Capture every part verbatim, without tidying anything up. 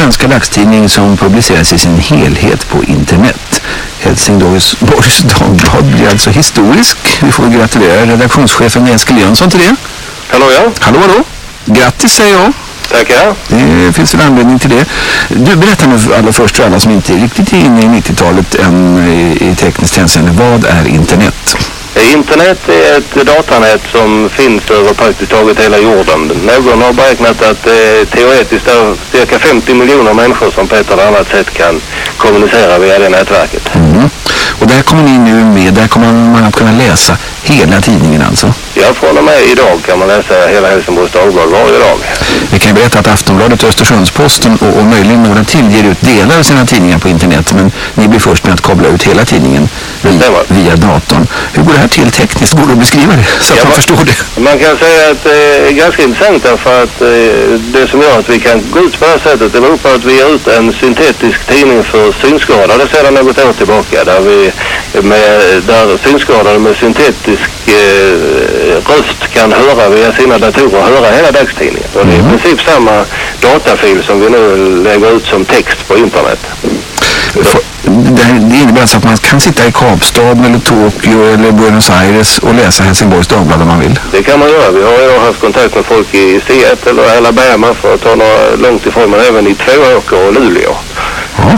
svenska dagstidning som publiceras i sin helhet på internet. Helsingborgs Dagblad blir alltså historisk. Vi får gratulera redaktionschefen Eskil Jönsson till det. Hallå ja. Hallå hallå. Grattis säger jag. Tackar. Det finns väl anledning till det. Du, berättar nu för alla först för alla som inte är riktigt inne i nittiotalet än i, i tekniskt hänseende. Vad är internet? Internet är ett datanät som finns över praktiskt taget hela jorden. Någon har beräknat att eh, teoretiskt är cirka femtio miljoner människor som på ett eller annat sätt kan kommunicera via det nätverket. Mm. Och där kommer ni nu med, där kommer man att kunna läsa hela tidningen alltså? Ja, från och med idag kan man läsa hela Helsingborgs Dagblad varje dag. Vi kan berätta att Aftonbladet och Östersundsposten och, och möjligen några till ger ut delar av sina tidningar på internet, men ni blir först med att kabla ut hela tidningen via, via datorn. Hur går det här till tekniskt? Går det att beskriva det så att ja, man, man förstår det? Man kan säga att det är ganska intressant därför att eh, det som gör att vi kan gå ut på det här sättet det beror på att vi ger ut en syntetisk tidning för synskadade sedan något år tillbaka där vi med, där synskadade med syntetisk eh, röst kan höra via sina datorer höra hela dagstidningen. Och det är i princip samma datafil som vi nu lägger ut som text på internet. För, det innebär alltså att man kan sitta i Kapstaden eller Tokyo eller Buenos Aires och läsa Helsingborgs Dagblad om man vill. Det kan man göra. Vi har ju haft kontakt med folk i Seattle eller Alabama för att ta några långt ifrån, men även i Tvååker och Luleå. Ja.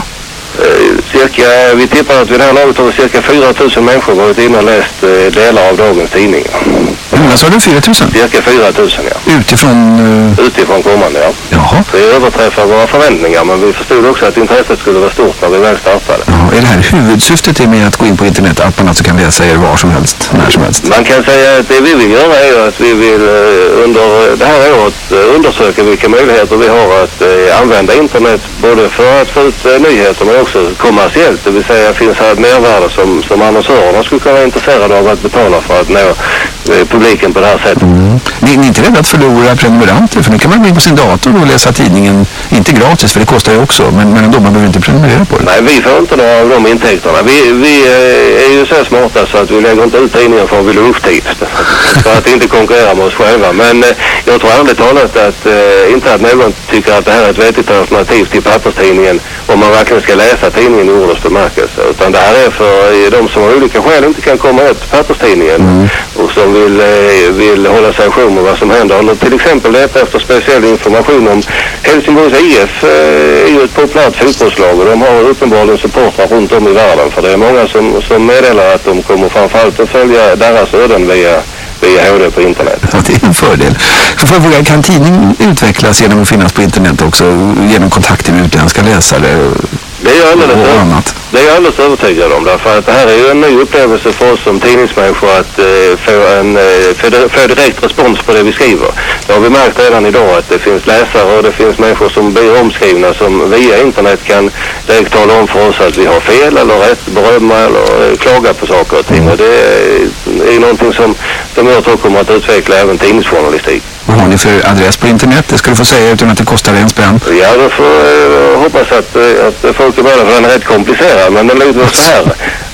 Cirka, vi tippar att vid det här laget har cirka fyra tusen människor varit inne och läst eh, delar av dagens tidning. Hur många sa du? fyra tusen? Cirka fyra tusen, ja. Utifrån? Uh... Utifrån kommande, ja. Jaha. Det överträffar våra förväntningar, men vi förstod också att intresset skulle vara stort när vi väl startade. Ja, är det här huvudsyftet är med att gå in på internet att man alltså kan läsa er var som helst, när som helst? Man kan säga att det vi vill göra är att vi vill under det här året undersöka vilka möjligheter vi har att eh, använda internet både för att få ut eh, nyheter men också kommersiellt. Det vill säga finns här ett mervärde som, som annonsörerna skulle kunna vara intresserade av att betala för att nå eh, publiken på det här sättet. Mm. Ni, ni är inte rädda att förlora prenumeranter? För nu kan man gå in på sin dator och läsa tidningen, inte gratis för det kostar ju också, men, men ändå man behöver inte prenumerera på det. Nej, vi får inte några av de intäkterna. Vi, vi är ju så smarta så att vi lägger inte ut tidningen för att vi lufttid. För att inte konkurrera med oss själva. Men eh, jag tror ärligt talat att eh, inte att någon tycker att det här är ett vettigt alternativ till papperstidningen om man verkligen ska läsa tidningen i ordets bemärkelse. Utan det här är för de som av olika skäl inte kan komma åt papperstidningen mm. och som vill, eh, vill hålla sig ajour med vad som händer. Eller till exempel leta efter speciell information om Helsingborgs I F eh, är ju ett populärt fotbollslag och de har uppenbarligen supportrar runt om i världen. För det är många som, som meddelar att de kommer framförallt att följa deras öden via via H D på internet. Ja, det är en fördel. För för kan tidningen utvecklas genom att finnas på internet också, genom kontakter med utländska läsare det är jag alldeles, och annat? Det är jag alldeles övertygad om, därför att det här är ju en ny upplevelse för oss som tidningsmänniskor att eh, få, en, eh, få, få direkt respons på det vi skriver. Det har vi märkt redan idag att det finns läsare och det finns människor som blir omskrivna som via internet kan direkt tala om för oss att vi har fel eller rätt, berömma eller eh, klaga på saker och ting. Mm. Och det är, är någonting som, som jag tror kommer att utveckla även tidningsjournalistik. Vad har ni för adress på internet? Det ska du få säga utan att det kostar en spänn. Ja, då får jag hoppas att, att folk är med för den är rätt komplicerad. Men den lyder så här.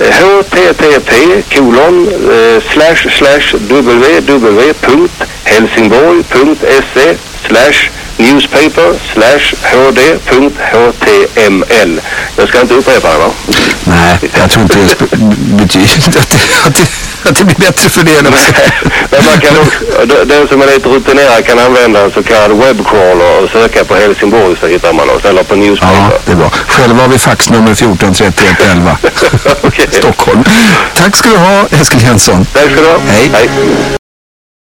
H T T P kolon slash slash www punkt helsingborg punkt se slash newspaper slash hd punkt html. Jag ska inte upprepa det, va? Nej, jag tror inte det betyder att det, att det, att det blir bättre för det. Men man kan också, den som är lite rutinerad kan använda en så kallad webbcrawler och söka på Helsingborg så hittar man oss, eller på newspaper. Ja, det är bra. Själva har vi faxnummer fjorton trettioett elva. Okay. Stockholm. Tack ska du ha, Eskil Jönsson. Tack ska du ha. Hej. Hej.